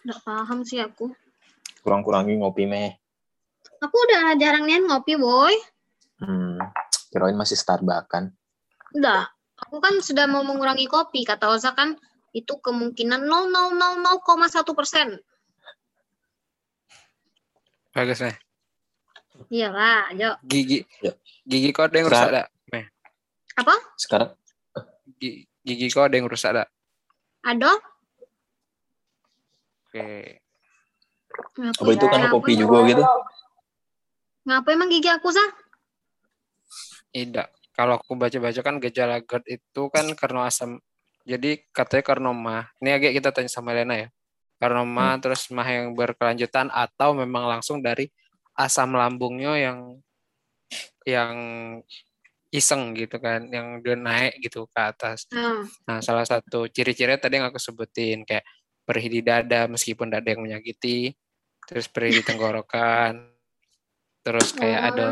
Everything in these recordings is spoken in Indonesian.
Nggak paham sih aku. Kurang-kurangi ngopi meh. Aku udah jarang nih ngopi, boy. Kirain masih Starbucks kan. Udah. Aku kan sudah mau mengurangi kopi. Kata Oza kan itu kemungkinan 0,000,1%. Bagus nih. Iyalah, ayo. Gigi kau ada yang rusak dak? Apa? Sekarang Gigi kau ada yang rusak dak? Ada? Oke. Apa itu kan kopi juga gitu? Ngapa emang gigi aku, Sah? Tidak. Kalau aku baca-baca kan gejala GERD itu kan karena asam. Jadi katanya karena mah. Ini agak kita tanya sama Lena ya. Karena mah terus mah yang berkelanjutan atau memang langsung dari asam lambungnya yang iseng gitu kan, yang dia naik gitu ke atas. Nah, salah satu ciri-cirinya tadi yang aku sebutin kayak perih di dada meskipun dada yang menyakiti, terus perih di tenggorokan, terus kayak ada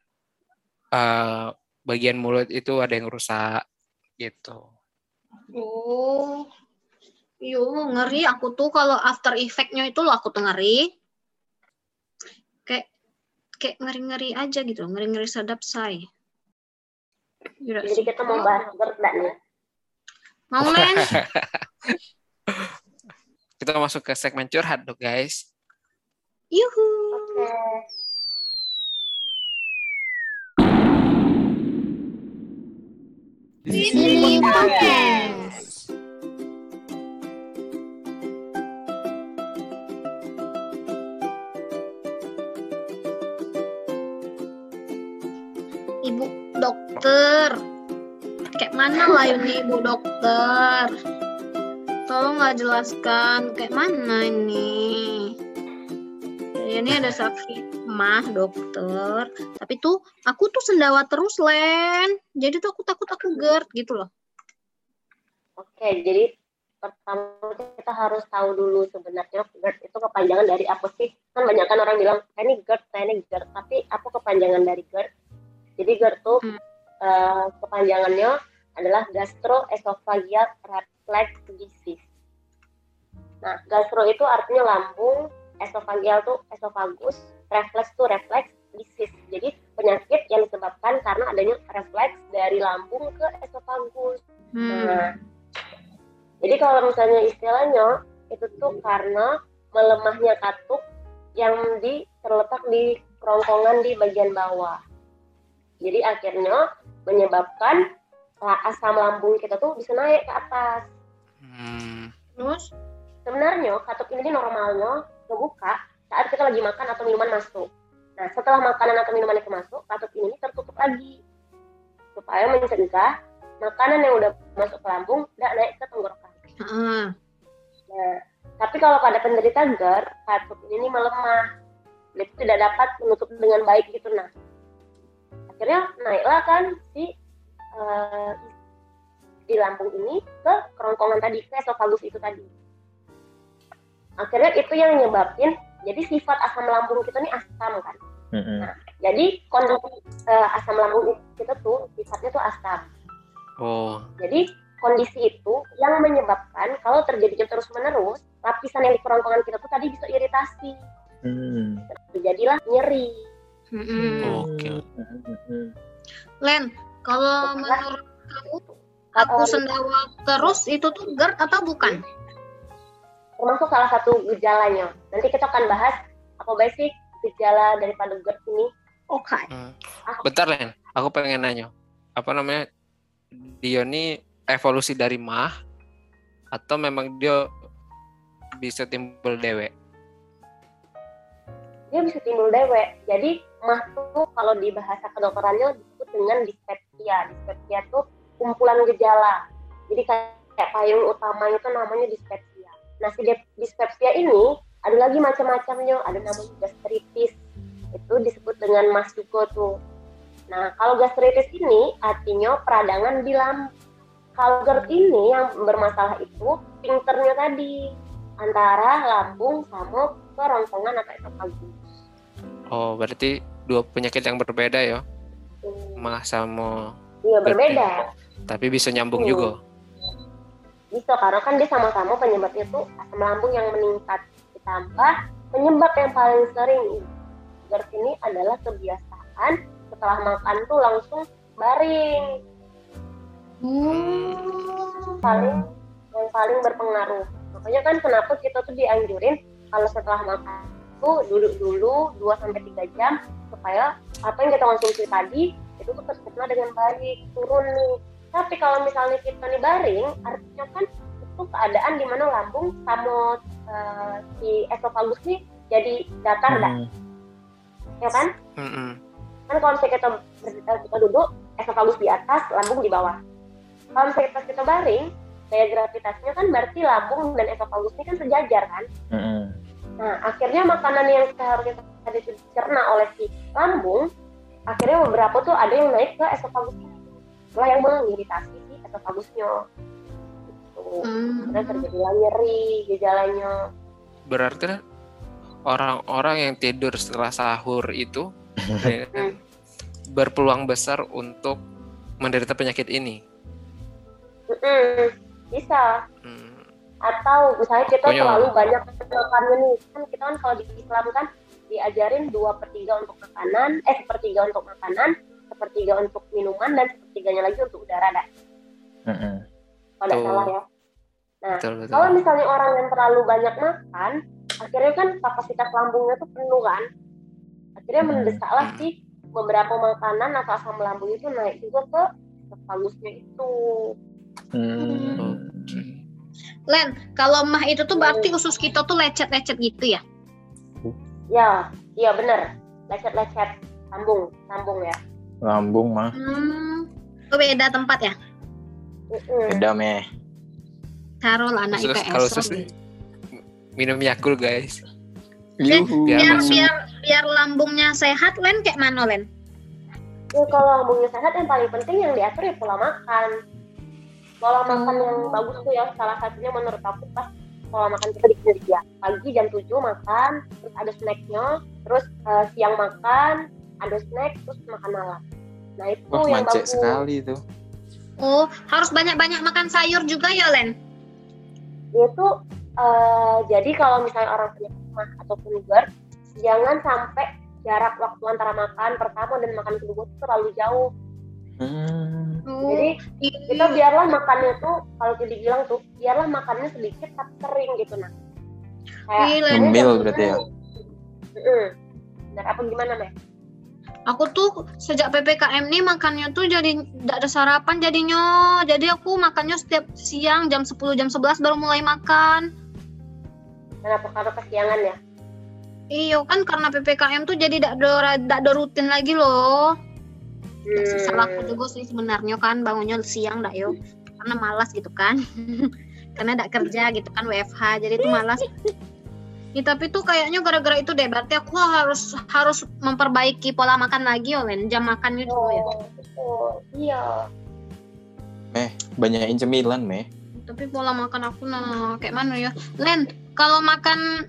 bagian mulut itu ada yang rusak gitu. Oh, ngeri aku tuh kalau after effect-nya itu loh aku tuh ngeri. Kayak ngeri-ngeri aja gitu, ngeri-ngeri sedap say. Jadi kita mau bahas GERD nih. Mau Len? Kita masuk ke segmen curhat dong guys. Yuhu. Oke. Di sini podcast. Ibu dokter, kayak mana layunya ibu dokter? Tolong nggak jelaskan kayak mana ini? Ini ada sakit mah dokter, tapi tuh aku tuh sendawa terus Len, jadi tuh aku takut aku GERD gitu loh. Oke, jadi pertama kita harus tahu dulu sebenarnya GERD itu kepanjangan dari apa sih? Kan banyak kan orang bilang ini GERD, tapi apa kepanjangan dari GERD? Jadi GERD tuh kepanjangannya adalah gastroesophageal reflux disease. Nah, gastro itu artinya lambung, esophageal tuh esophagus, refleks tuh refleks disease. Jadi penyakit yang disebabkan karena adanya refleks dari lambung ke esophagus. Nah, jadi kalau misalnya istilahnya itu tuh karena melemahnya katup yang terletak di kerongkongan di bagian bawah. Jadi akhirnya menyebabkan asam lambung kita tuh bisa naik ke atas. Terus sebenarnya katup ini normalnya kebuka saat kita lagi makan atau minuman masuk. Nah, setelah makanan atau minuman itu masuk, katup ini tertutup lagi supaya mencegah makanan yang udah masuk ke lambung tidak naik ke tenggorokan. Nah, tapi kalau pada penderita GERD, katup ini melemah, itu tidak dapat menutup dengan baik gitu. Nah, akhirnya naiklah kan di lambung ini ke kerongkongan tadi, ke esophagus itu tadi. Akhirnya itu yang nyebabin, jadi sifat asam lambung kita ini asam kan. Nah, jadi kondisi asam lambung kita tuh sifatnya tuh asam. Jadi kondisi itu yang menyebabkan kalau terjadinya terus-menerus, lapisan yang di kerongkongan kita tuh tadi bisa iritasi. Jadilah nyeri. Len, kalau menurut kamu aku sendawa terus itu tuh GERD atau bukan? Termasuk salah satu gejalanya. Nanti kita akan bahas apa basic gejala daripada GERD ini. Oke. Bentar Len, aku pengen nanya. Apa namanya? Dia ini evolusi dari mah atau memang dia bisa timbul dewek? Dia bisa timbul dewek. Jadi mah tuh kalau di bahasa kedokterannya disebut dengan dispepsia. Dispepsia tuh kumpulan gejala. Jadi kayak payung utamanya itu namanya dispepsia. Nah, si dispepsia ini ada lagi macam-macamnya. Ada namanya gastritis. Itu disebut dengan mas juga tuh. Nah, kalau gastritis ini artinya peradangan di lambung. Kalau GERD ini yang bermasalah itu sphincternya tadi antara lambung sama kerongkongan atau esophagus. Oh, berarti dua penyakit yang berbeda ya? Mah sama iya, berbeda. Tapi bisa nyambung juga. Bisa, karena kan dia sama-sama penyebabnya tuh asam lambung yang meningkat. Ditambah penyebab yang paling sering GERD ini adalah kebiasaan setelah makan tuh langsung baring. Yang paling berpengaruh. Makanya kan kenapa kita tuh dianjurin kalau setelah makan tuh duduk dulu 2-3 jam supaya apa yang kita konsumsi tadi itu tuh tercerna dengan baik, turun nih. Tapi kalau misalnya kita nih baring, artinya kan itu keadaan di mana lambung sama si esofagus nih jadi datar dah. Ya kan? Kan kalau misalnya kita duduk, esofagus di atas, lambung di bawah. Kalau misalnya kita baring, gaya gravitasinya kan berarti lambung dan esofagus ini kan sejajar kan. Nah, akhirnya makanan yang seharusnya tadi dicerna oleh si lambung, akhirnya beberapa tuh ada yang naik ke esofagus ini. Itulah yang mengiritasi si esofagusnya. Karena terjadilah nyeri gejalanya. Berarti orang-orang yang tidur setelah sahur itu berpeluang besar untuk menderita penyakit ini. Bisa. Atau misalnya kita terlalu banyak makannya nih, kan kita kan kalau di Islam kan diajarin 2/3 untuk makanan, 1/3 untuk makanan, 1/3 untuk minuman, dan 1/3-nya lagi untuk udara dah. Kalau tidak salah ya. Nah, betul. Kalau misalnya orang yang terlalu banyak makan, akhirnya kan kapasitas lambungnya tuh penuh kan. Akhirnya mendesaklah sih beberapa makanan atau asam lambung itu naik juga ke esofagusnya itu. Len, kalau mah itu tuh berarti usus kita tuh lecet-lecet gitu ya? Ya, iya benar. Lecet-lecet lambung ya. Lambung mah. Itu beda tempat ya? Beda meh. Taruh lah anak IPS. Kalau usus minum Yakult guys. Biar lambungnya sehat, Len kayak mana Len? Ya kalau lambungnya sehat yang paling penting yang diatur ya pola makan. Pola makan yang bagus tuh ya, salah satunya menurut aku pas pola makan kita di dia. Pagi jam 7 makan, terus ada snacknya, terus siang makan, ada snack, terus makan malam. Nah itu yang bagus. Sekali itu. Oh, harus banyak-banyak makan sayur juga ya Len? Itu jadi kalau misalnya orang punya asma ataupun GERD, jangan sampai jarak waktu antara makan pertama dan makan kedua itu terlalu jauh. Jadi kita biarlah makannya tuh, kalau jadi bilang tuh, biarlah makannya sedikit tapi sering gitu nah. Kayak ngemil berarti ya. Benar apa gimana Meh? Aku tuh sejak PPKM nih makannya tuh jadi tidak ada sarapan jadinya. Jadi aku makannya setiap siang jam 10 jam 11 baru mulai makan. Kenapa? Karena kesiangan ya? Iya kan karena PPKM tuh jadi tidak ada rutin lagi loh. Salah aku juga sih sebenarnya kan bangunnya siang dak yo. Karena malas gitu kan. Karena tidak kerja gitu kan WFH jadi tuh malas. Ya, tapi tuh kayaknya gara-gara itu deh, berarti aku harus memperbaiki pola makan lagi Len, jam makannya dulu ya. Iya. Meh, banyakin cemilan Meh. Tapi pola makan aku kayak mana ya, Len? Kalau makannya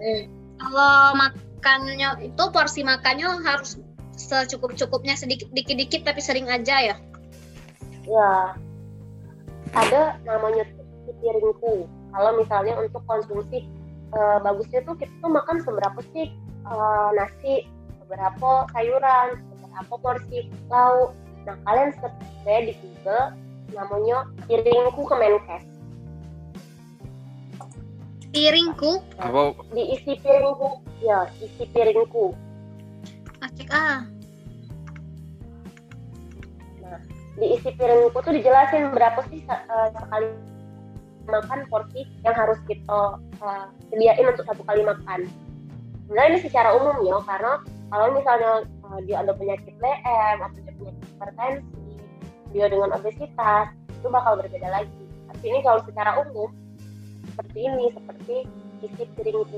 itu porsi makannya harus secukup-cukupnya, sedikit dikit-dikit tapi sering aja ya. Ya. Ada namanya piringku. Kalau misalnya untuk konsumsi bagusnya tuh kita tuh makan seberapa sih nasi, seberapa sayuran, seberapa porsi lauk. Nah kalian saya di Google namanya piringku Kemenkes. Piringku? Apa? Diisi piringku, ya isi piringku. Cek Nah diisi piringku tuh dijelasin berapa sih sekali makan porsi yang harus kita sediain untuk satu kali makan. Sebenarnya ini secara umum ya, karena kalau misalnya dia ada penyakit DM atau dia penyakit hipertensi, dia dengan obesitas, itu bakal berbeda lagi. Tapi ini kalau secara umum seperti ini, seperti isi piringku.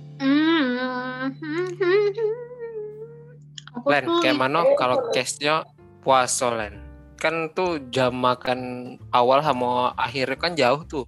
Len, kayak mana kalau case-nya puasa Len? Kan tuh jam makan awal sama akhirnya kan jauh tuh.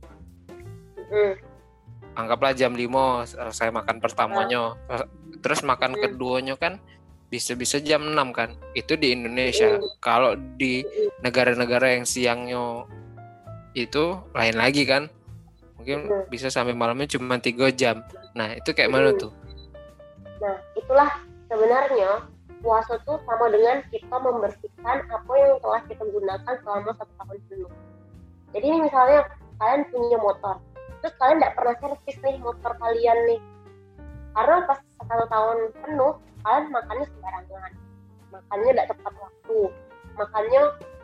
Anggaplah jam 5 saya makan pertamanya. Terus makan keduanya kan bisa-bisa jam 6 kan. Itu di Indonesia. Kalau di negara-negara yang siangnya itu lain lagi kan. Mungkin bisa sampai malamnya cuma 3 jam. Nah, itu kayak mana tuh? Nah, itulah sebenarnya puasa tuh sama dengan kita membersihkan apa yang telah kita gunakan selama 1 tahun penuh. Jadi misalnya kalian punya motor, terus kalian tidak pernah servis nih motor kalian nih, karena pas 1 tahun penuh kalian makannya sembarangan, makannya tidak tepat waktu, makannya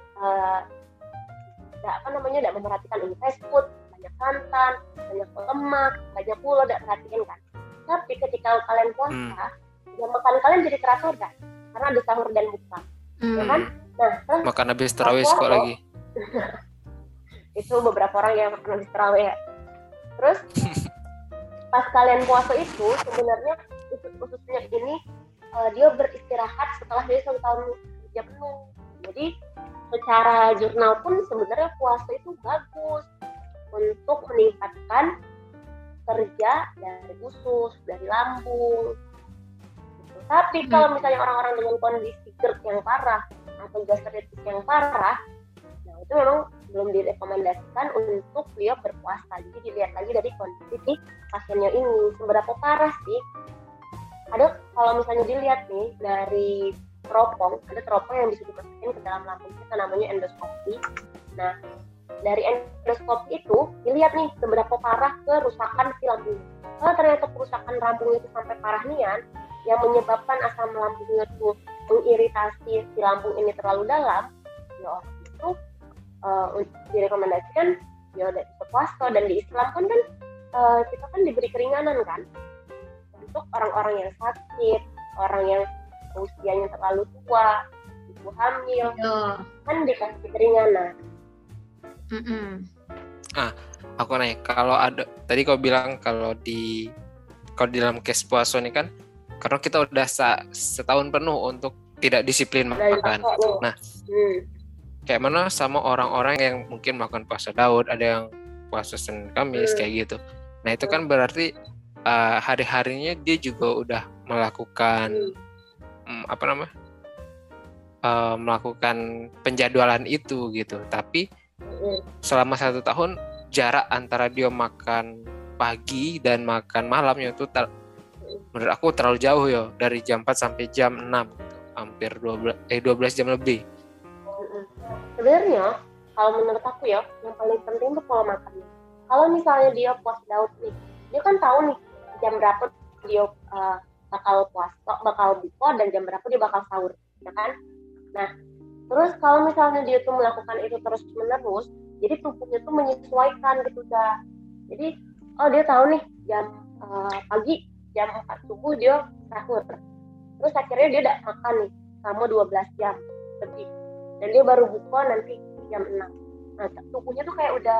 tidak memperhatikan ini fast food, banyak santan, banyak lemak, banyak gula, tidak perhatikan kan. Tapi ketika kalian puasa, jam makan kalian jadi teratur kan, karena ada sahur dan buka, ya kan? Nah, makan habis tarawih kok lagi. Itu beberapa orang yang makan habis tarawih ya. Terus pas kalian puasa itu sebenarnya usus-ususnya ini dia beristirahat setelah dia 1 tahun kerja penuh. Jadi secara jurnal pun sebenarnya puasa itu bagus untuk meningkatkan kerja dari usus, dari lambung. Gitu. Tapi kalau misalnya orang-orang dengan kondisi GERD yang parah atau gastritis yang parah, nah itu memang belum direkomendasikan untuk beliau berpuasa. Jadi dilihat lagi dari kondisi si pasiennya ini seberapa parah sih. Ada kalau misalnya dilihat nih dari teropong, ada teropong yang bisa dimasukin ke dalam lambung kita, namanya endoskopi. Nah, dari endoskopi itu dilihat nih seberapa parah kerusakan si lambung. Kalau ternyata kerusakan lambung itu sampai parah nian, yang menyebabkan asam lambungnya itu mengiritasi si lambung ini terlalu dalam, ya orang itu direkomendasikan ya udah puasa. Dan di Islam kan kita kan diberi keringanan kan untuk orang-orang yang sakit, orang yang usianya terlalu tua, ibu hamil, kan dikasih keringanan. Aku nanya, kalau ada tadi kau bilang kalau di dalam case puasa ini kan karena kita udah setahun penuh untuk tidak disiplin makan. Nah, kayak mana sama orang-orang yang mungkin melakukan puasa Daud, ada yang puasa Senin Kamis kayak gitu. Nah, itu kan berarti hari-harinya dia juga udah melakukan melakukan penjadwalan itu gitu. Tapi selama 1 tahun jarak antara dia makan pagi dan makan malamnya itu menurut aku terlalu jauh ya, dari jam 4 sampai jam 6 gitu. Hampir 12 jam lebih. Sebenarnya kalau menurut aku ya, yang paling penting itu pola makannya. Kalau misalnya dia puasa Daud nih, dia kan tahu nih jam berapa dia bakal puasa, bakal buka, dan jam berapa dia bakal sahur, ya kan? Nah, terus kalau misalnya dia tuh melakukan itu terus menerus, jadi tubuhnya tuh menyesuaikan gitu dah. Jadi dia tahu nih jam pagi, jam 4 subuh dia sahur. Terus akhirnya dia tidak makan nih selama 12 jam lebih. Dan dia baru buka nanti jam 6. Nah, tubuhnya tuh kayak udah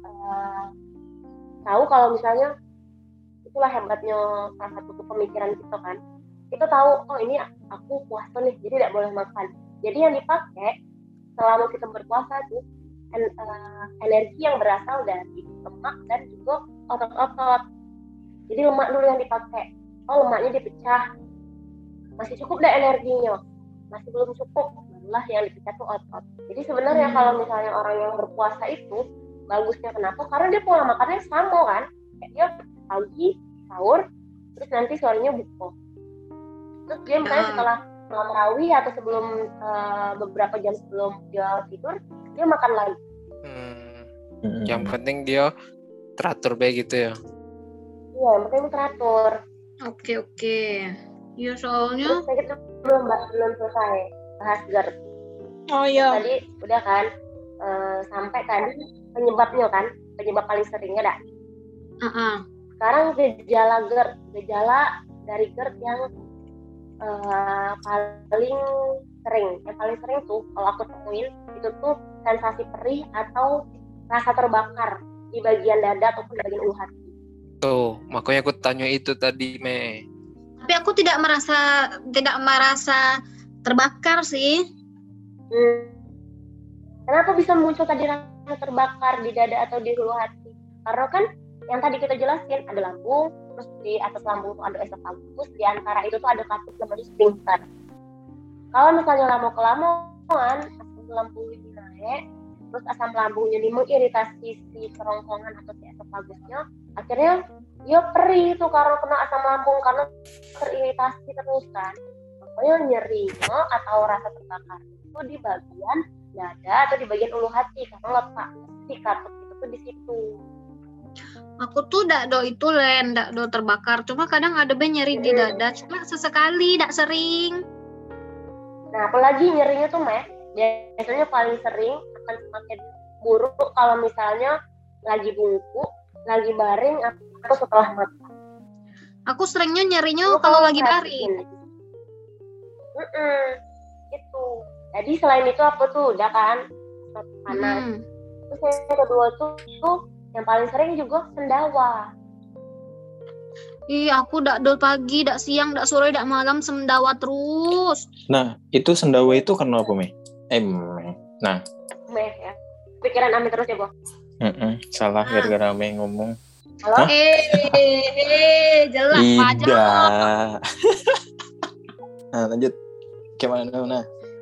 tahu kalau misalnya, itulah hebatnya salah satu pemikiran kita kan. Kita tahu, ini aku puasa nih, jadi tidak boleh makan. Jadi yang dipakai selama kita berpuasa itu energi yang berasal dari lemak dan juga otot-otot. Jadi lemak dulu yang dipakai. Lemaknya dipecah. Masih cukup dah energinya. Masih belum cukup. Barulah yang dipecah tuh otot. Jadi sebenarnya kalau misalnya orang yang berpuasa itu bagusnya kenapa? Karena dia pola makannya sama kan. Kayak dia pagi sahur, terus nanti sorenya buka. Terus dia misalnya setelah malam tarawih atau sebelum beberapa jam sebelum dia tidur, dia makan lagi. Yang penting dia teratur baik gitu ya. Iya, yang penting teratur. Oke. Ya soalnya Terus kita belum selesai bahas GERD. Oh iya. Tadi udah kan sampai tadi penyebabnya kan, penyebab paling seringnya dah. Sekarang gejala GERD, gejala dari GERD yang paling sering tuh kalau aku temuin itu tuh sensasi perih atau rasa terbakar di bagian dada ataupun di bagian ulu hati. Tuh, makanya aku tanya itu tadi, Me. Tapi aku tidak merasa terbakar sih. Kenapa bisa muncul tadi rasa terbakar di dada atau di ulu hati? Karena kan yang tadi kita jelasin ada lambung, terus di atas lambung tuh ada esofagus, di antara itu tuh ada kaput namanya sphincter. Kalau misalnya lama kelamaan asam lambung ini naik, terus asam lambungnya ini mengiritasi si kerongkongan atau si esofagusnya, akhirnya dia perih tuh karena kena asam lambung karena teriritasi terus kan. Makanya nyerinya atau rasa terbakar itu di bagian dada atau di bagian ulu hati karena letak si kartuk itu tuh di situ. Aku tuh dak do itu Len, dak do terbakar. Cuma kadang ada nyeri di dada, cuma sesekali, dak sering. Nah, apalagi nyerinya tuh biasanya paling sering akan semakin buruk kalau misalnya lagi bungkuk, lagi baring atau setelah makan. Aku seringnya nyerinya kalau lagi baring. Itu. Jadi selain itu apa tuh udah kan panas. Terus yang kedua tuh yang paling sering juga sendawa. Hmm. Aku dak do pagi, dak siang, dak sore, dak malam sendawa terus. Nah, itu sendawa itu karena apa, Meh? Nah. Ya. Pikiran Amin terus ya, Bo. Salah gara-gara Meh ngomong. Halo? Jelas aja. Nah, lanjut. Gimana nah?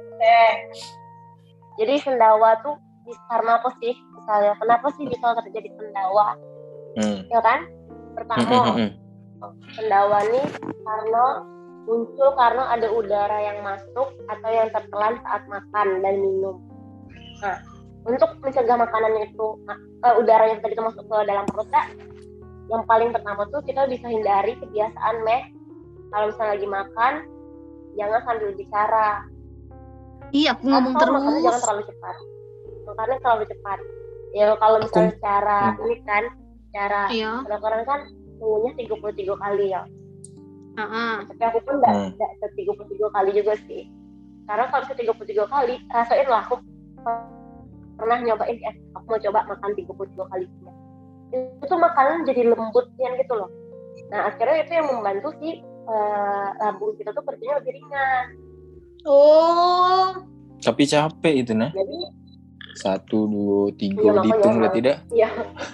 Jadi sendawa tuh karena apa sih? Misalnya, kenapa sih bisa terjadi sendawa? Ya kan? Pertama, sendawa nih muncul karena ada udara yang masuk atau yang tertelan saat makan dan minum. Nah, untuk mencegah makanannya itu, udara yang tadi itu masuk ke dalam perut, yang paling pertama tuh kita bisa hindari kebiasaan kalau misalnya lagi makan, jangan sambil bicara. Iya, aku ngomong terus. Makannya jangan terlalu cepat. Makannya terlalu cepat. Ya kalau misalnya cara ini kan, cara orang kan tunggunya 33 kali ya. Tapi aku pun enggak 33 kali juga sih. Karena kalau 33 kali, rasain lah aku pernah nyobain aku mau coba makan 33 kali. Itu makanan jadi lembut gitu loh. Nah, akhirnya itu yang membantu si lambung kita tuh kerjanya lebih ringan. Tapi capek itu nah. Jadi 1, 2, 3 dihitung udah tidak? Iya.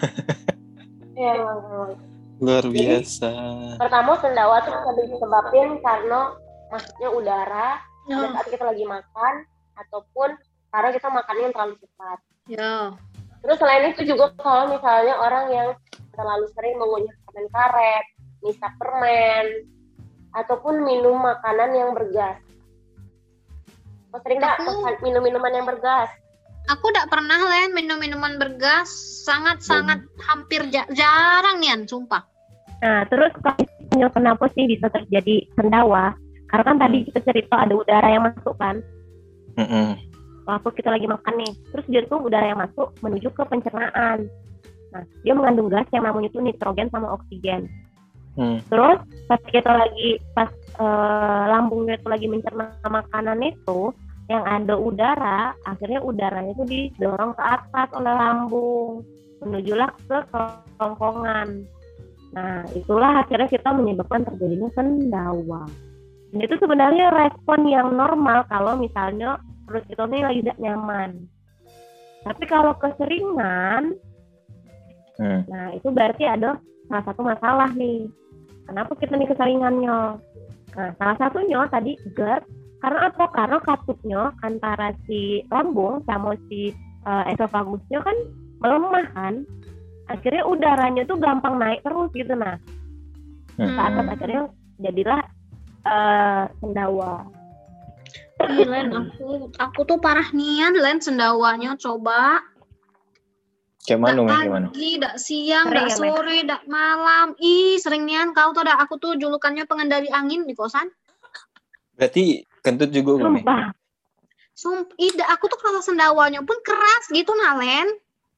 Luar biasa. Jadi, pertama sendawa tuh bisa disebabkan karena masuknya udara pada saat kita lagi makan ataupun karena kita makannya yang terlalu cepat. Terus selain itu juga kalau misalnya orang yang terlalu sering mengunyah permen karet, ngisap permen, ataupun minum makanan yang bergas. Sering nggak minum minuman yang bergas? Aku tidak pernah minum minuman bergas, sangat hampir jarang Nian, sumpah. Nah, terus kenapa sih bisa terjadi sendawa? Karena kan tadi kita cerita ada udara yang masuk kan? Waktu kita lagi makan nih, terus dia tuh udara yang masuk menuju ke pencernaan. Nah, dia mengandung gas yang namanya itu nitrogen sama oksigen. Terus pas lambungnya itu lagi mencerna makanan itu, yang ada udara, akhirnya udaranya itu didorong ke atas oleh lambung, menujulah ke kerongkongan. Nah, itulah akhirnya kita menyebabkan terjadinya sendawa. Dan itu sebenarnya respon yang normal kalau misalnya perut kita ini lagi tidak nyaman. Tapi kalau keseringan, nah itu berarti ada salah satu masalah nih. Kenapa kita nih keseringannya? Nah, salah satunya tadi GERD. Karena apa? Karena katupnya antara si lambung sama si esofagusnya kan melemah kan. Akhirnya udaranya tuh gampang naik terus gitu nah. Saat akhirnya jadilah sendawa. Len, aku tuh parah nian Len sendawanya coba. Gimana? Pagi, dak siang, dak sore, dak malam. Sering nian kau tuh aku tuh julukannya pengendali angin di kosan. Berarti kentut juga belum? Sumpah, aku tuh kalau sendawanya pun keras gitu nah Len.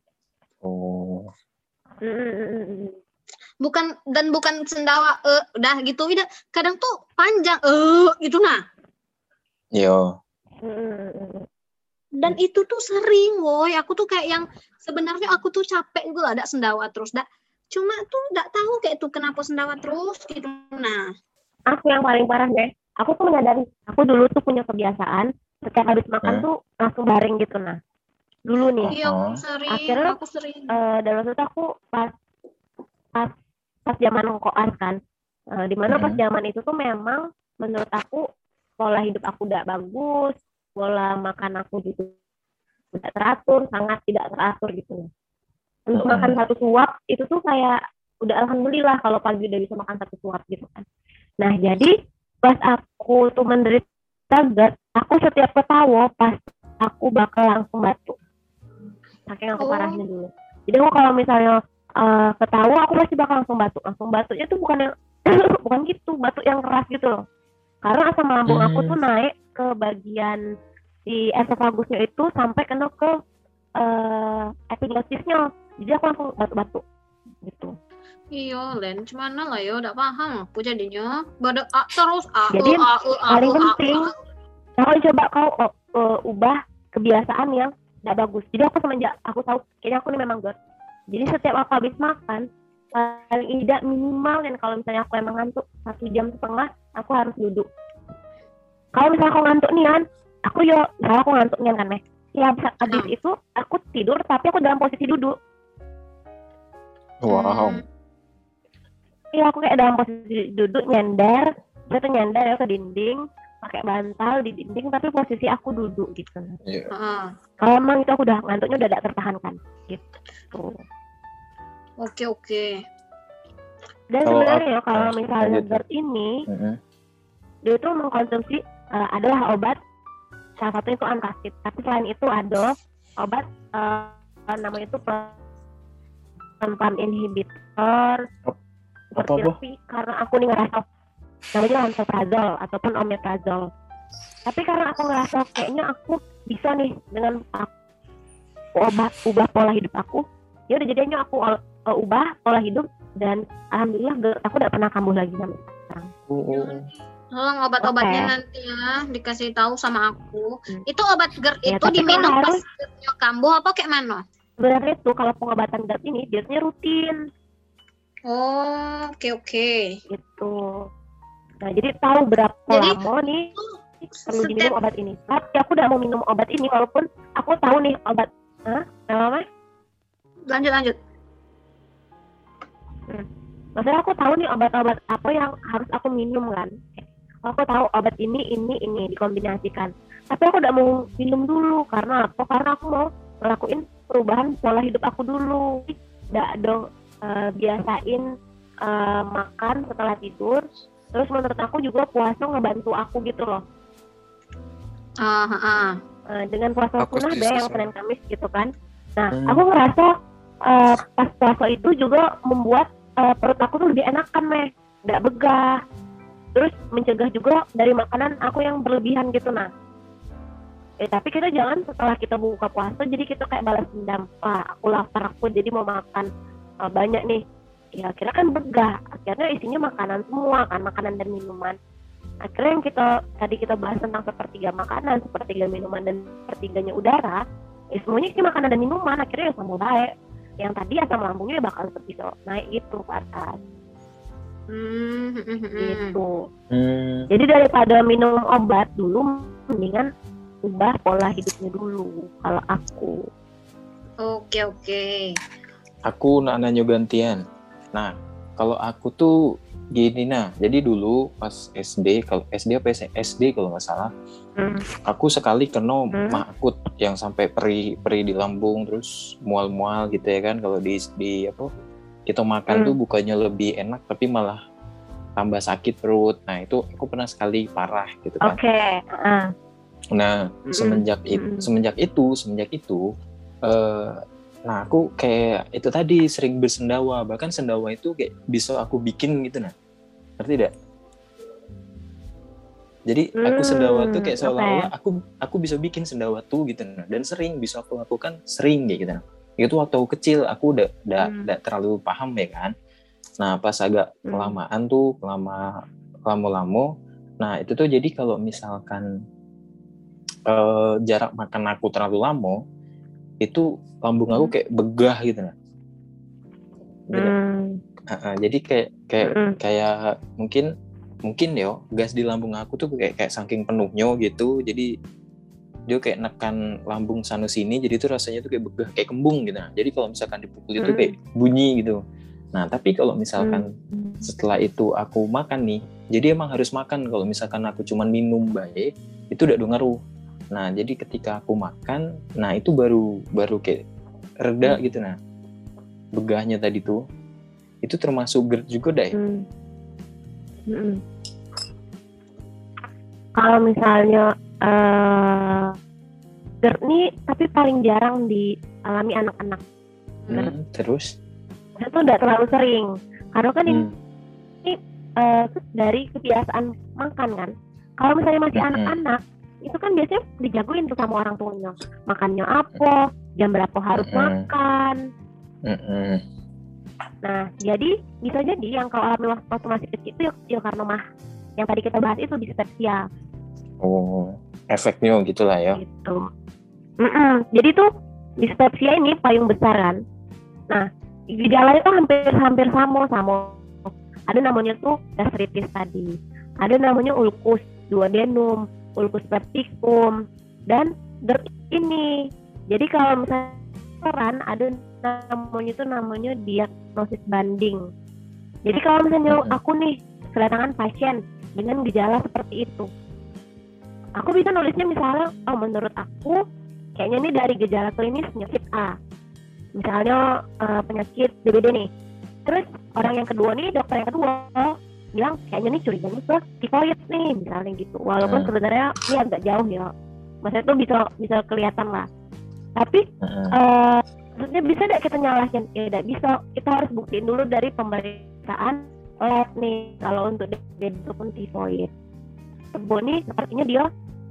Bukan sendawa udah gitu kadang tuh panjang gitu nah. Yo. Dan itu tuh sering woy, aku tuh kayak yang sebenarnya aku tuh capek gitu ada sendawa terus cuma tuh nggak tahu kayak tuh kenapa sendawa terus gitu nah. Aku yang paling parah deh, aku tuh menyadari aku dulu tuh punya kebiasaan setiap habis makan tuh langsung baring gitu nah. Dulu nih. Iya, akhirnya aku sering. Dalam waktu itu aku pas zaman koas kan, dimana pas zaman itu tuh memang menurut aku pola hidup aku udah bagus, pola makan aku juga tidak teratur, sangat tidak teratur gitu. Untuk makan satu suap itu tuh kayak udah alhamdulillah kalau pagi udah bisa makan satu suap gitu kan. Nah jadi pas aku tuh menderita GERD, aku setiap ketawa pas aku bakal langsung batuk. Saking aku parahnya dulu. Jadi aku kalau misalnya ketawa aku pasti bakal langsung batuk. Langsung batuknya tuh bukan yang bukan gitu, batuk yang keras gitu loh. Karena asam lambung aku tuh naik ke bagian di esofagusnya itu sampai kena ke epiglottisnya. Jadi aku langsung batuk-batuk gitu. Iya, Len, cuman lah ya, udah paham aku jadinya. Badak terus Jadi paling penting kalau coba kau ubah kebiasaan yang tidak bagus. Jadi aku semenjak aku tahu kayaknya aku ini memang GERD. Jadi setiap aku habis makan paling tidak minimal, dan kalau misalnya aku emang ngantuk 1,5 jam aku harus duduk. Kalau misalnya aku ngantuk nih kan, misalnya aku ngantuk nih kan Meh. Ya habis itu aku tidur tapi aku dalam posisi duduk. Wow. Iya, aku kayak dalam posisi duduk nyender ya ke dinding, pakai bantal di dinding tapi posisi aku duduk gitu. Yeah. Kalau emang itu aku udah ngantuknya udah tidak tertahankan gitu. Oke. Dan Kalau sebenarnya kalau misalnya GERD ini dia itu mengkonsumsi adalah obat, salah satu itu antacid. Tapi selain itu ada obat namanya itu pump inhibitor. Apa? Karena aku nih ngerasa namanya lansoprazol ataupun omeprazol. Tapi karena aku ngerasa kayaknya aku bisa nih dengan aku ubah pola hidup aku, ya udah jadinya aku ubah pola hidup dan alhamdulillah aku udah pernah kambuh lagi sampai sekarang. Tolong obat-obatnya nanti ya dikasih tahu sama aku. Itu obat GERD Ya, itu diminum pas kambuh apa kayak mana? Sebenarnya tuh kalau pengobatan GERD ini biasanya rutin. Oke. Gitu. Nah, jadi tahu berapa lama nih perlu diminum obat ini. Tapi aku udah mau minum obat ini walaupun aku tahu nih obat. Apa? Lanjut. Maksudnya aku tahu nih obat-obat apa yang harus aku minum kan. Aku tahu obat ini dikombinasikan. Tapi aku udah mau minum dulu karena apa? Karena aku mau ngelakuin perubahan pola hidup aku dulu. Biasain makan setelah tidur. Terus menurut aku juga puasa ngebantu aku gitu loh. Dengan puasa sunnah deh yang Senin Kamis gitu kan. Nah, aku ngerasa pas puasa itu juga membuat perut aku tuh lebih enakan nggak begah. Terus mencegah juga dari makanan aku yang berlebihan gitu tapi kita jangan setelah kita buka puasa jadi kita kayak balas dendam. Aku lapar, aku jadi mau makan banyak nih. Ya akhirnya kan begah. Akhirnya isinya makanan semua kan, makanan dan minuman. Akhirnya yang kita bahas tentang sepertiga makanan, sepertiga minuman dan sepertiganya udara, semuanya ini makanan dan minuman. Akhirnya sama baik. Yang tadi asam lambungnya bakal bisa naik gitu ke atas. Gitu. Jadi daripada minum obat dulu, mendingan ubah pola hidupnya dulu kalau aku. Oke. Aku nak nanya gantian. Nah, kalau aku tuh gini jadi dulu pas SD, kalau SD apa SD kalau nggak salah, aku sekali kena mah akut yang sampai perih di lambung terus mual-mual gitu ya kan. Kalau di apa kita makan tuh bukannya lebih enak tapi malah tambah sakit perut. Nah itu aku pernah sekali parah gitu kan. Nah semenjak itu nah aku kayak itu tadi sering bersendawa, bahkan sendawa itu kayak bisa aku bikin gitu ngerti tidak? Jadi aku sendawa tuh kayak seolah-olah aku bisa bikin sendawa tuh gitu dan sering bisa aku lakukan sering kayak gitu. Itu waktu aku kecil aku udah terlalu paham ya kan. Nah pas agak kelamaan tuh lama-lama, nah itu tuh jadi kalau misalkan jarak makan aku terlalu lama, itu lambung aku kayak begah gitu jadi kayak mungkin yo gas di lambung aku tuh kayak saking penuhnya gitu, jadi dia kayak nekan lambung sana sini, jadi tuh rasanya tuh kayak begah, kayak kembung gitu. Jadi kalau misalkan dipukul itu kayak bunyi gitu. Nah tapi kalau misalkan setelah itu aku makan nih, jadi emang harus makan. Kalau misalkan aku cuma minum baik itu udah ngaruh. Nah, jadi ketika aku makan, nah itu baru kayak reda gitu nah. Begahnya tadi tuh. Itu termasuk GERD juga dah ya? Kalau misalnya GERD nih tapi paling jarang dialami anak-anak. Terus? Itu udah terlalu sering. Karena kan ini dari kebiasaan makan kan. Kalau misalnya masih anak-anak, itu kan biasanya dijagoin tuh sama orang tuanya. Makannya apa, jam berapa harus makan. Nah, jadi bisa jadi yang kau alami waktu masih kecil itu ya karena mah yang tadi kita bahas itu dispepsia. Oh, efeknya gitulah ya. Gitu. Jadi tuh dispepsia ini payung besar kan. Nah, gejalanya tuh hampir sama. Ada namanya tuh gastritis tadi. Ada namanya ulkus duodenum, ulkus pepticum, dan GERD ini. Jadi kalau misalnya ada namanya diagnosis banding. Jadi kalau misalnya aku nih kedatangan pasien dengan gejala seperti itu, aku bisa nulisnya misalnya, menurut aku kayaknya ini dari gejala klinis penyakit A, misalnya penyakit DBD nih. Terus orang yang kedua nih, dokter yang kedua bilang kayaknya nih curiganya ke tifoid nih, misalnya gitu. Walaupun sebenarnya ini agak jauh ya, maksudnya tuh bisa kelihatan lah. Tapi maksudnya bisa tidak kita nyalahin? Ya tidak bisa. Kita harus buktiin dulu dari pemeriksaan lab nih. Kalau untuk DBD ataupun tifoid, Tebo nih sepertinya dia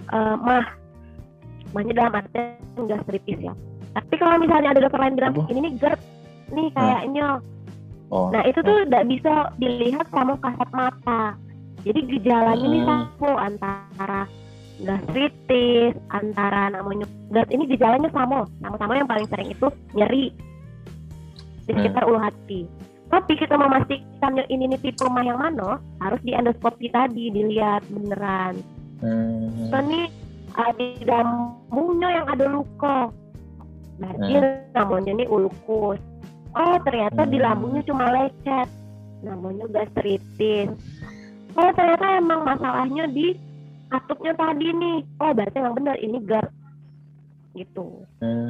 mahnya dalam artian gastritis ya. Tapi kalau misalnya ada dokter lain bilang ini nih GERD nih kayaknya. Nah itu tuh tidak bisa dilihat sama kasat mata. Jadi gejalanya nih sama antara gastritis, antara namanya GERD ini gejalanya sama-sama yang paling sering itu nyeri di sekitar ulu hati. Tapi kita memastikan ini nih tipe mah yang mana, harus di endoskopi tadi dilihat beneran. Ini di lambungnya yang ada luka, berarti namanya nih ulkus. Ternyata di lambungnya cuma lecet, namanya gastritis. Ternyata emang masalahnya di katupnya tadi nih. Berarti yang benar ini GERD gitu.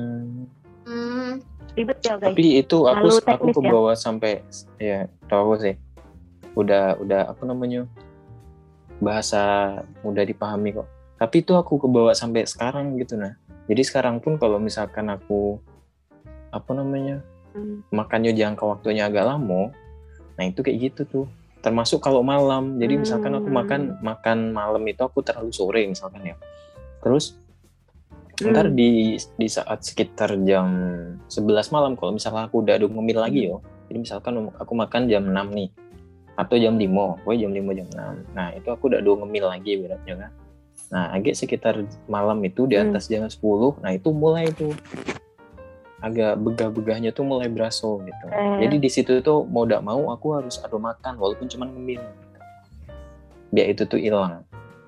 Ribet ya guys. Tapi itu aku teknis, kebawa sampai ya tahu sih. Udah apa namanya? Bahasa mudah dipahami kok. Tapi itu aku kebawa sampai sekarang gitu nah. Jadi sekarang pun kalau misalkan aku apa namanya? Makannya jangka waktunya agak lama. Nah, itu kayak gitu tuh. Termasuk kalau malam. Jadi misalkan aku makan malam itu aku terlalu sore misalkan ya. Terus ntar di saat sekitar jam 11 malam kalau misalkan aku udah ngemil lagi yo. Jadi misalkan aku makan jam 6 nih atau jam 5, pokoknya jam 5 jam 6. Nah, itu aku udah ngemil lagi beratnya kan. Nah, agak sekitar malam itu di atas jam 10, nah itu mulai tuh agak begah-begahnya tuh mulai berasa gitu. Jadi di situ tuh mau tidak mau aku harus ada makan walaupun cuma ngemil. Biar itu tuh hilang.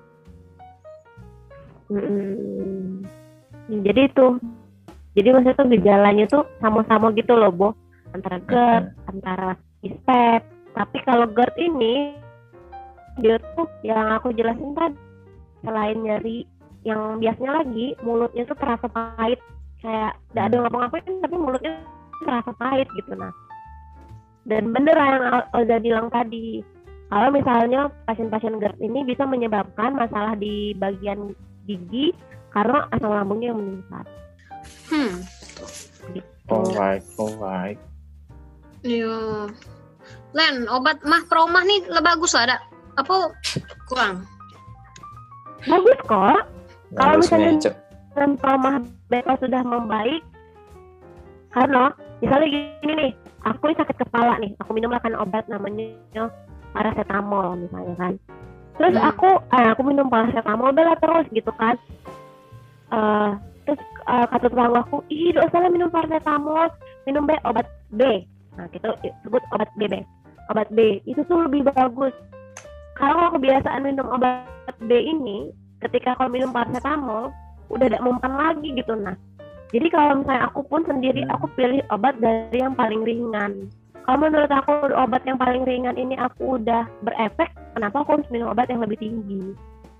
Jadi maksudnya tuh gejalanya tuh sama-sama gitu loh, Bo. Antara GERD, antara dispep. Tapi kalau GERD ini dia tuh yang aku jelasin tadi, selain nyeri yang biasanya lagi mulutnya tuh terasa pahit, kayak tidak ada ngapa-ngapain tapi mulutnya terasa pahit gitu. Nah, dan bener yang Oza bilang tadi, kalau misalnya pasien-pasien GERD ini bisa menyebabkan masalah di bagian gigi karena asam lambungnya yang meningkat. Gitu. Alright. Iya. Len, obat mah promah nih bagus lah ada. Apa kurang? Bagus kok. Kalau misalnya Cok. dan promah beta sudah membaik, karena misalnya gini nih, aku sakit kepala nih, aku minumlah kan obat namanya paracetamol misalnya kan. Terus aku minum paracetamol bela terus gitu kan. Terus kata tetangga aku, tidak usah minum paracetamol, minum obat B. Nah, kita sebut obat B. Obat B itu tuh lebih bagus. Kalau kebiasaan minum obat B ini, ketika kalau minum paracetamol udah tidak mempan lagi gitu. Nah, jadi kalau misalnya aku pun sendiri aku pilih obat dari yang paling ringan. Kalau menurut aku obat yang paling ringan ini aku udah berefek, kenapa aku harus minum obat yang lebih tinggi?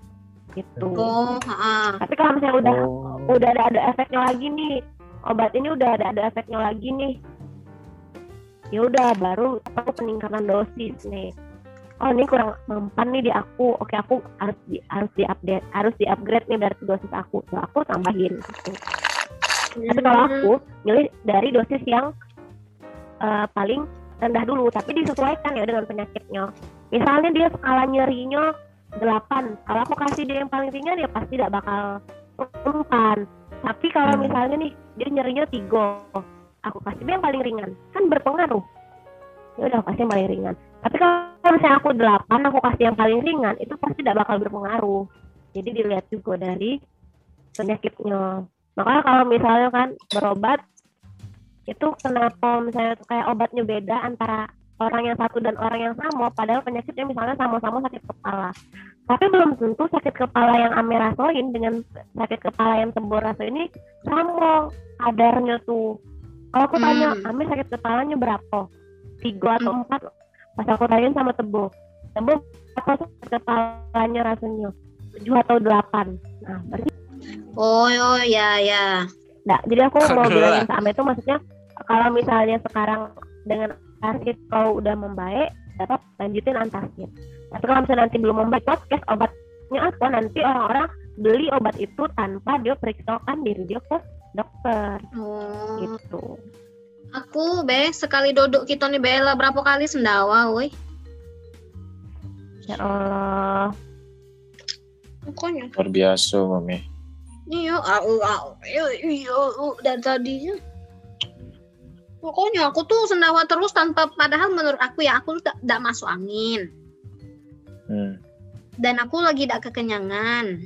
gitu. Oh, Tapi kalau misalnya Oh. udah ada efeknya lagi nih, obat ini udah ada efeknya lagi nih, ya udah baru aku peningkatan dosis nih. Oh ini kurang mempan nih di aku, oke aku harus di-upgrade nih dari dosis aku, so aku tambahin gitu. Tapi kalau aku milih dari dosis yang paling rendah dulu, tapi disesuaikan ya dengan penyakitnya. Misalnya dia skala nyerinya 8, kalau aku kasih dia yang paling ringan ya pasti tidak bakal mempan. Tapi kalau misalnya nih dia nyerinya 3, aku kasih dia yang paling ringan, kan berpengaruh. Ya udah kasih yang paling ringan. Tapi kalau misalnya aku 8, aku kasih yang paling ringan, itu pasti tidak bakal berpengaruh. Jadi dilihat juga dari penyakitnya. Makanya kalau misalnya kan berobat, itu kenapa misalnya kayak obatnya beda antara orang yang satu dan orang yang sama, padahal penyakitnya misalnya sama-sama sakit kepala. Tapi belum tentu sakit kepala yang amirazoin dengan sakit kepala yang temburazo ini sama kadarnya tuh. Kalau aku tanya, Amir sakit kepalanya berapa? 3 atau 4? Pas aku tanyain sama Tebo apa sakit kepalanya rasanya? 7 atau 8? Nah, berarti Oh ya. nah, jadi aku mau bilangin ke Amir itu maksudnya kalau misalnya sekarang dengan antacid kau udah membaik, dapat lanjutin antacid. Tapi kalau misalnya nanti belum membaik, podcast obatnya apa, nanti orang-orang beli obat itu tanpa dia periksakan diri dia ke dokter. Gitu. Aku sekali duduk kita nih Bella berapa kali sendawa, woi. Ya Allah. Pokoknya. Luar biasa, Mami. Iya, dari tadinya. Pokoknya aku tuh sendawa terus tanpa, padahal menurut aku ya aku tuh tidak masuk angin. Dan aku lagi tidak kekenyangan.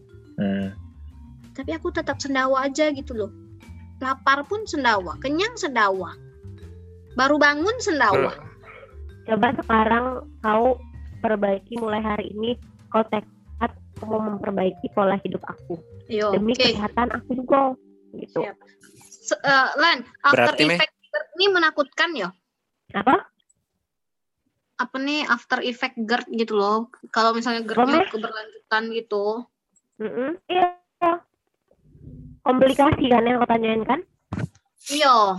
Tapi aku tetap sendawa aja gitu loh. Lapar pun sendawa, kenyang sendawa. Baru bangun sendawa. Coba sekarang kau perbaiki mulai hari ini, kau tekad mau memperbaiki pola hidup aku. Yo, demi kesehatan aku juga gitu. Siap. Len, after Berarti, effect ini menakutkan ya? Apa? Apa nih after effect GERD gitu loh. Kalau misalnya GERD-nya keberlanjutan gitu. Iya. Komplikasi kan yang kau tanyain kan? Iya.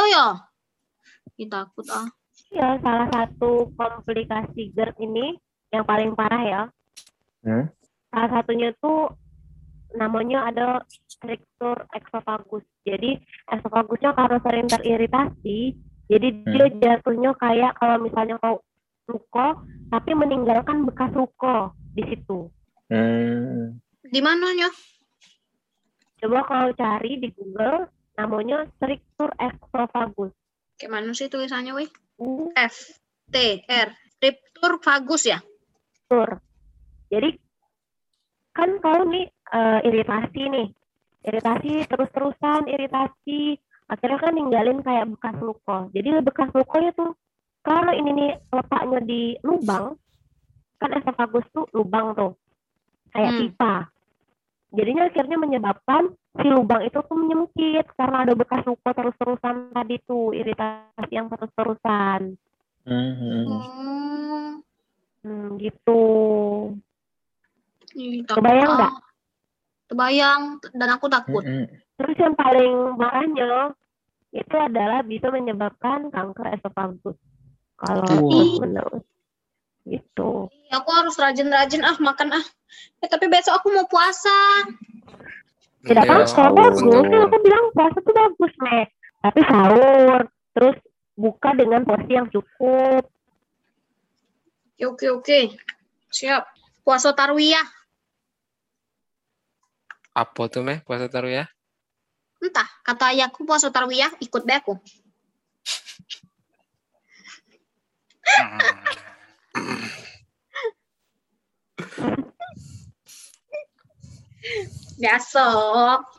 Kita takut ah. Iya, salah satu komplikasi GERD ini yang paling parah ya. Salah satunya tuh namanya ada strictur esophagus. Jadi esopagusnya karena sering teriritasi, jadi dia jatuhnya kayak kalau misalnya kau ruko, tapi meninggalkan bekas ruko di situ. Di mananya? Coba kalau cari di Google, namanya strictur esophagus. Kayak mana sih tulisannya, wih? F-T-R. Strictur vagus ya? Betul. Jadi kan kalau nih iritasi terus-terusan, akhirnya kan ninggalin kayak bekas luka. Jadi bekas lukanya tuh kalau ini nih letaknya di lubang, kan esophagus tuh lubang tuh kayak pipa. Jadinya akhirnya menyebabkan si lubang itu tuh menyempit karena ada bekas luka terus-terusan tadi tuh, iritasi yang terus-terusan. Gitu. Kebayang nggak? Kebayang, dan aku takut. Terus yang paling parahnya itu adalah bisa menyebabkan kanker esophagus. Kalau terus-menerus. Gitu. Aku harus rajin-rajin makan tapi besok aku mau puasa. Tidak apa-apa, bagus. Aku bilang puasa tuh bagus, Mek. Tapi sahur, terus buka dengan porsi yang cukup. Oke. Siap. Puasa tarwiyah. Apa tuh, Meh? Puasa tarwiyah? Entah, kata ayahku puasa tarwiyah, ikut deh aku. Biasa.